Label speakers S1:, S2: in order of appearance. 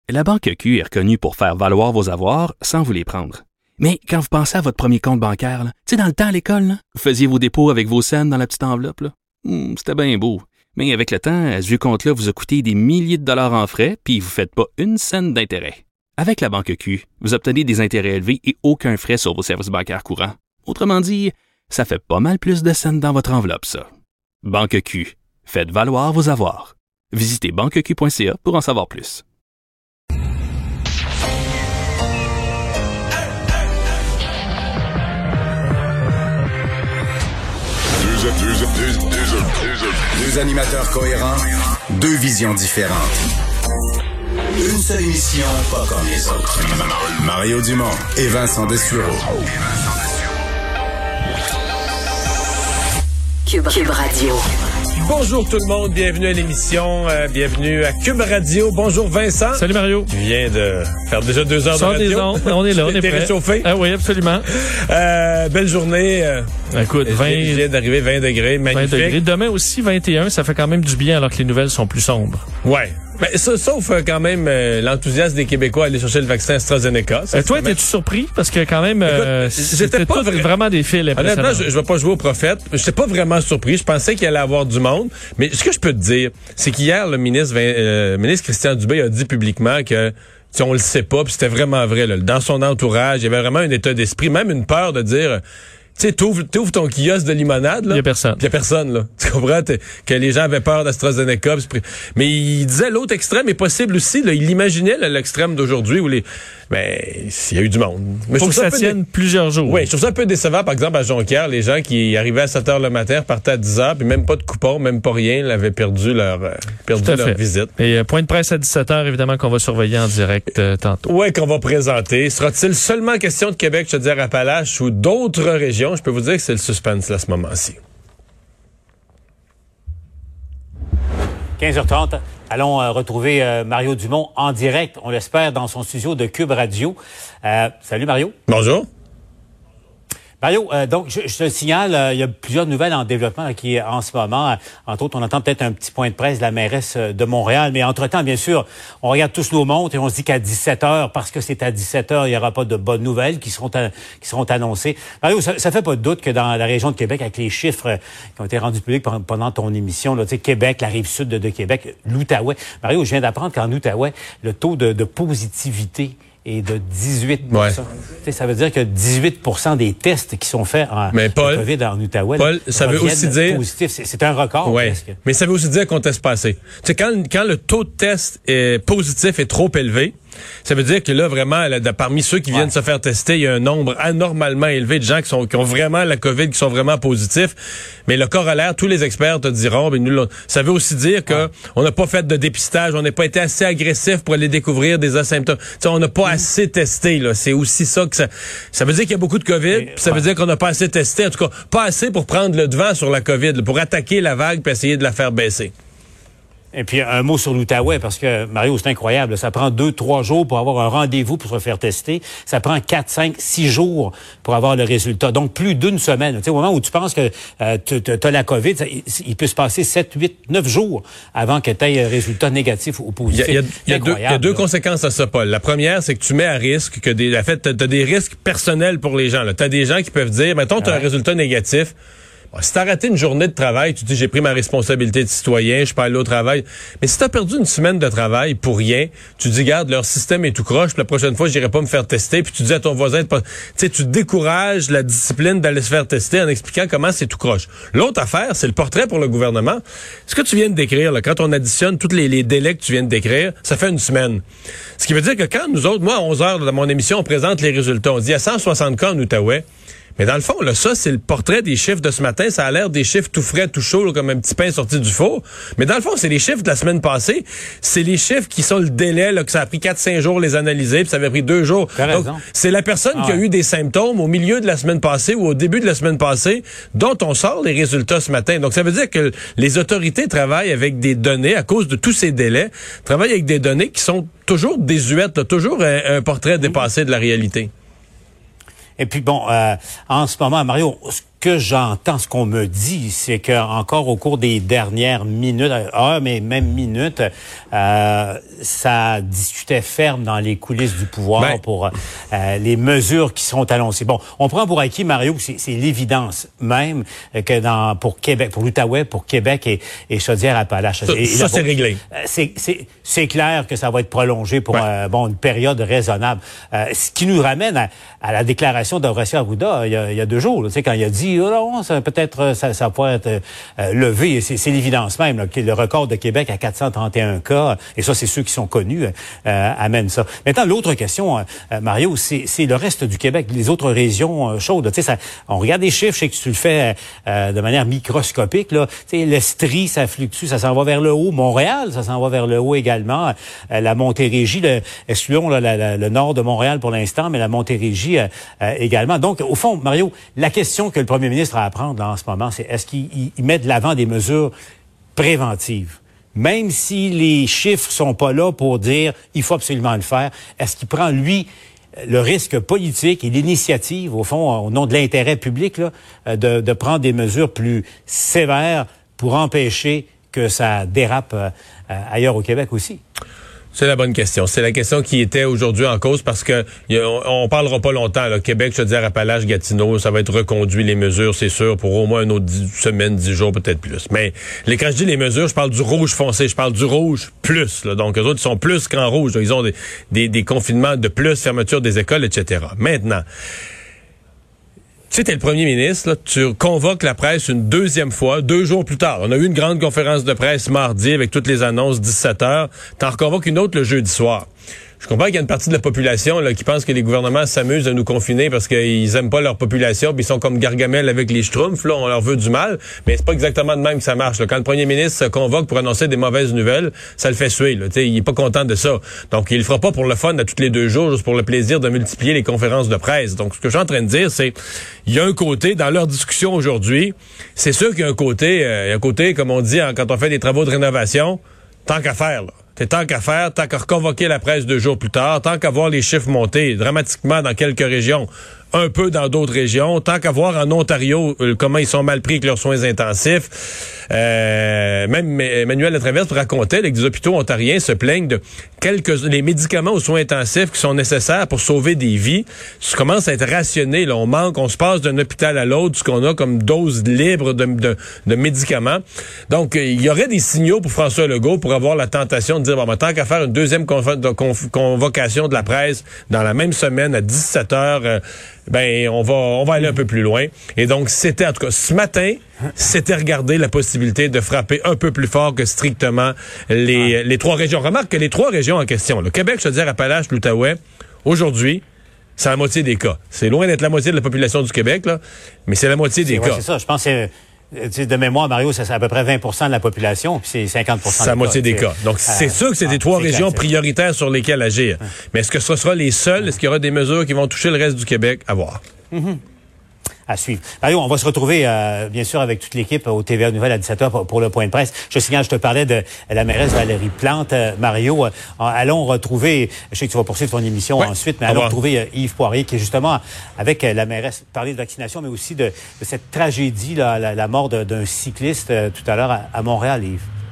S1: La Banque Q est reconnue pour faire valoir vos avoirs sans vous les prendre. Mais quand vous pensez à votre premier compte bancaire, tu sais, dans le temps à l'école, là, vous faisiez vos dépôts avec vos scènes dans la petite enveloppe. Là. C'était bien beau. Mais avec le temps, ce vieux compte-là vous a coûté des milliers de dollars en frais, puis vous ne faites pas une scène d'intérêt. Avec la Banque Q, vous obtenez des intérêts élevés et aucun frais sur vos services bancaires courants. Autrement dit, ça fait pas mal plus de scènes dans votre enveloppe, ça. Banque Q. Faites valoir vos avoirs. Visitez banqueq.ca pour en savoir plus.
S2: Deux animateurs cohérents, deux visions différentes. Une seule émission, pas comme les autres. Mario Dumont et Vincent Dessureau.
S3: Cube Radio.
S4: Bonjour tout le monde, bienvenue à l'émission, bienvenue à Cube Radio. Bonjour Vincent.
S5: Salut Mario.
S4: Tu viens de faire déjà 2 heures de radio.
S5: Des ondes. On est là, on est prêt.
S4: T'es réchauffé?
S5: Ah oui, absolument.
S4: Belle journée.
S5: Écoute, 20...
S4: Je viens d'arriver, 20 degrés, magnifique.
S5: 20 degrés. Demain aussi, 21, ça fait quand même du bien alors que les nouvelles sont plus sombres.
S4: Ouais. Ben, ça, sauf quand même l'enthousiasme des Québécois à aller chercher le vaccin AstraZeneca.
S5: Toi, étais-tu surpris? Parce que quand même,
S4: j'étais pas
S5: vraiment des fils impressionnants.
S4: Honnêtement, je vais pas jouer au prophète. J'étais pas vraiment surpris. Je pensais qu'il allait y avoir du monde. Mais ce que je peux te dire, c'est qu'hier, le ministre Christian Dubé a dit publiquement que on le sait pas, puis c'était vraiment vrai. Là. Dans son entourage, il y avait vraiment un état d'esprit, même une peur de dire... Tu sais, t'ouvres ton kiosque de limonade, là.
S5: Il y a personne.
S4: Il y a personne, là. Tu comprends? Que les gens avaient peur d'AstraZeneca. Mais il disait l'autre extrême est possible aussi, là. Il imaginait, là, l'extrême d'aujourd'hui où il y a eu du monde. Mais
S5: faut que ça tienne plusieurs jours.
S4: Oui, je trouve ça un peu décevant, par exemple, à Jonquière, les gens qui arrivaient à 7 h le matin, repartaient à 10 h, puis même pas de coupon, même pas rien, avaient perdu leur visite.
S5: Et point de presse à 17 h, évidemment, qu'on va surveiller en direct tantôt.
S4: Oui, qu'on va présenter. Sera-t-il seulement question de Québec, je te dis, à Appalaches ou d'autres régions? Je peux vous dire que c'est le suspense là, à ce moment-ci.
S6: 15h30. Allons retrouver Mario Dumont en direct, on l'espère, dans son studio de Cube Radio. Salut Mario.
S4: Bonjour.
S6: Mario, donc je te signale, il y a plusieurs nouvelles en développement là, qui en ce moment. Entre autres, on entend peut-être un petit point de presse de la mairesse de Montréal, mais entre-temps, bien sûr, on regarde tous nos montres et on se dit qu'à 17h, parce que c'est à 17h, il n'y aura pas de bonnes nouvelles qui seront annoncées. Mario, ça fait pas de doute que dans la région de Québec, avec les chiffres qui ont été rendus publics pendant ton émission, là, tu sais, Québec, la rive sud de Québec, l'Outaouais. Mario, je viens d'apprendre qu'en Outaouais, le taux de positivité est de 18%.
S4: Ouais.
S6: Ça veut dire que 18% des tests qui sont faits en COVID en Outaouais,
S4: Paul, ça veut aussi dire
S6: positif. C'est un record.
S4: Ouais.
S6: Presque.
S4: Mais ça veut aussi dire qu'on teste pas assez. Tu sais, quand le taux de test positif est trop élevé, ça veut dire que là, vraiment, parmi ceux qui viennent se faire tester, il y a un nombre anormalement élevé de gens qui ont vraiment la COVID, qui sont vraiment positifs. Mais le corollaire, tous les experts te diront, ça veut aussi dire que on n'a pas fait de dépistage, on n'a pas été assez agressif pour aller découvrir des asymptômes. T'sais, on n'a pas assez testé, là. C'est aussi ça que ça veut dire qu'il y a beaucoup de COVID, puis ça veut dire qu'on n'a pas assez testé, en tout cas, pas assez pour prendre le devant sur la COVID, là, pour attaquer la vague puis essayer de la faire baisser.
S6: Et puis, un mot sur l'Outaouais, parce que, Mario, c'est incroyable. Ça prend 2-3 jours pour avoir un rendez-vous pour se faire tester. Ça prend 4, 5, 6 jours pour avoir le résultat. Donc, plus d'une semaine. Tu sais, au moment où tu penses que tu as la COVID, il peut se passer 7, 8, 9 jours avant que tu aies un résultat négatif ou positif.
S4: Il y a deux conséquences à ça, Paul. La première, c'est que tu mets à risque que t'as des risques personnels pour les gens. Tu as des gens qui peuvent dire, mettons, tu as un résultat négatif. Si t'as raté une journée de travail, tu dis j'ai pris ma responsabilité de citoyen, je peux aller au travail. Mais si t'as perdu une semaine de travail pour rien, tu dis garde, leur système est tout croche, puis la prochaine fois j'irai pas me faire tester, puis tu dis à ton voisin, tu sais, tu décourages la discipline d'aller se faire tester en expliquant comment c'est tout croche. L'autre affaire, c'est le portrait pour le gouvernement. Ce que tu viens de décrire, là, quand on additionne tous les délais que tu viens de décrire, ça fait une semaine. Ce qui veut dire que quand nous autres, moi à 11h dans mon émission, on présente les résultats, on dit il y a 160 cas en Outaouais. Mais dans le fond, là, ça, c'est le portrait des chiffres de ce matin. Ça a l'air des chiffres tout frais, tout chauds, là, comme un petit pain sorti du four. Mais dans le fond, c'est les chiffres de la semaine passée. C'est les chiffres qui sont le délai, là, que ça a pris 4-5 jours les analyser, puis ça avait pris 2 jours. Donc, c'est la personne qui a eu des symptômes au milieu de la semaine passée ou au début de la semaine passée dont on sort les résultats ce matin. Donc, ça veut dire que les autorités travaillent avec des données, à cause de tous ces délais, travaillent avec des données qui sont toujours désuètes, là, toujours un portrait dépassé de la réalité.
S6: Et puis bon, en ce moment, Mario, ce que j'entends, ce qu'on me dit, c'est que encore au cours des dernières minutes, heures, mais même minutes, ça discutait ferme dans les coulisses du pouvoir pour les mesures qui seront annoncées. Bon, on prend pour acquis, Mario, c'est l'évidence même que pour Québec, pour l'Outaouais, pour Québec et Chaudière-Appalaches.
S4: Ça c'est réglé.
S6: C'est clair que ça va être prolongé pour une période raisonnable. Ce qui nous ramène à la déclaration d'Horacio Arruda il y a 2 jours, là, quand il a dit ça peut-être ça pourrait être levé. C'est l'évidence même là, que le record de Québec à 431 cas, et ça c'est ceux qui sont connus, amène ça. Maintenant, l'autre question, Mario, c'est le reste du Québec, les autres régions chaudes. On regarde les chiffres, je sais que tu le fais de manière microscopique. Là, l'Estrie, ça fluctue, ça s'en va vers le haut. Montréal, ça s'en va vers le haut également. La Montérégie, excluons le nord de Montréal pour l'instant, mais la Montérégie également. Donc, au fond, Mario, la question que le premier ministre a à prendre là, en ce moment, c'est est-ce qu'il met de l'avant des mesures préventives? Même si les chiffres sont pas là pour dire il faut absolument le faire, est-ce qu'il prend, lui, le risque politique et l'initiative, au fond, au nom de l'intérêt public, là, de prendre des mesures plus sévères pour empêcher que ça dérape ailleurs au Québec aussi?
S4: C'est la bonne question. C'est la question qui était aujourd'hui en cause parce que on parlera pas longtemps. Là. Québec, Chaudière-Appalaches, Gatineau, ça va être reconduit les mesures, c'est sûr, pour au moins une autre 10 semaines, 10 jours, peut-être plus. Mais quand je dis les mesures, je parle du rouge foncé, je parle du rouge plus. Là. Donc, eux autres, ils sont plus qu'en rouge. Là. Ils ont des confinements de plus, fermeture des écoles, etc. Maintenant, tu sais, t'es le premier ministre, là, tu convoques la presse une deuxième fois, 2 jours plus tard. On a eu une grande conférence de presse mardi avec toutes les annonces, 17h. T'en reconvoques une autre le jeudi soir. Je comprends qu'il y a une partie de la population là, qui pense que les gouvernements s'amusent à nous confiner parce qu'ils aiment pas leur population, puis ils sont comme Gargamel avec les Schtroumpfs, là, on leur veut du mal, mais c'est pas exactement de même que ça marche. Là. Quand le premier ministre se convoque pour annoncer des mauvaises nouvelles, ça le fait suer. Là. Il est pas content de ça. Donc, il le fera pas pour le fun à tous les 2 jours, juste pour le plaisir de multiplier les conférences de presse. Donc, ce que je suis en train de dire, c'est il y a un côté, dans leur discussion aujourd'hui, c'est sûr qu'il y a un côté, comme on dit quand on fait des travaux de rénovation, tant qu'à faire, là. Tant qu'à faire, tant qu'à reconvoquer la presse 2 jours plus tard, tant qu'à voir les chiffres monter dramatiquement dans quelques régions, un peu dans d'autres régions, tant qu'à voir en Ontario comment ils sont mal pris avec leurs soins intensifs. Même Emmanuel Latraverse racontait que des hôpitaux ontariens se plaignent de les médicaments aux soins intensifs qui sont nécessaires pour sauver des vies. Ça commence à être rationné. Là, on se passe d'un hôpital à l'autre, ce qu'on a comme dose libre de médicaments. Donc, il y aurait des signaux pour François Legault pour avoir la tentation de dire, tant qu'à faire une deuxième convocation de la presse dans la même semaine à 17h, on va aller un peu plus loin. Et donc, c'était, en tout cas, ce matin, c'était regarder la possibilité de frapper un peu plus fort que strictement les 3 régions. Remarque que les 3 régions en question, le Québec, Chaudière-Appalaches, l'Outaouais, aujourd'hui, c'est la moitié des cas. C'est loin d'être la moitié de la population du Québec, là, mais c'est la moitié des cas.
S6: C'est ça, je pense que de mémoire, Mario, c'est à peu près 20% de la population, puis c'est 50%
S4: c'est la moitié des cas. Donc, c'est sûr que c'est des 3 régions prioritaires sur lesquelles agir. Mais est-ce que ce sera les seuls? Est-ce qu'il y aura des mesures qui vont toucher le reste du Québec? À voir.
S6: À suivre. Mario, on va se retrouver, bien sûr, avec toute l'équipe au TVA Nouvelles à 17h pour le point de presse. Je signale, je te parlais de la mairesse Valérie Plante. Mario, allons retrouver, je sais que tu vas poursuivre ton émission ensuite, mais allons retrouver Yves Poirier, qui est justement avec la mairesse, parler de vaccination, mais aussi de cette tragédie, la mort d'un cycliste tout à l'heure à Montréal, Yves.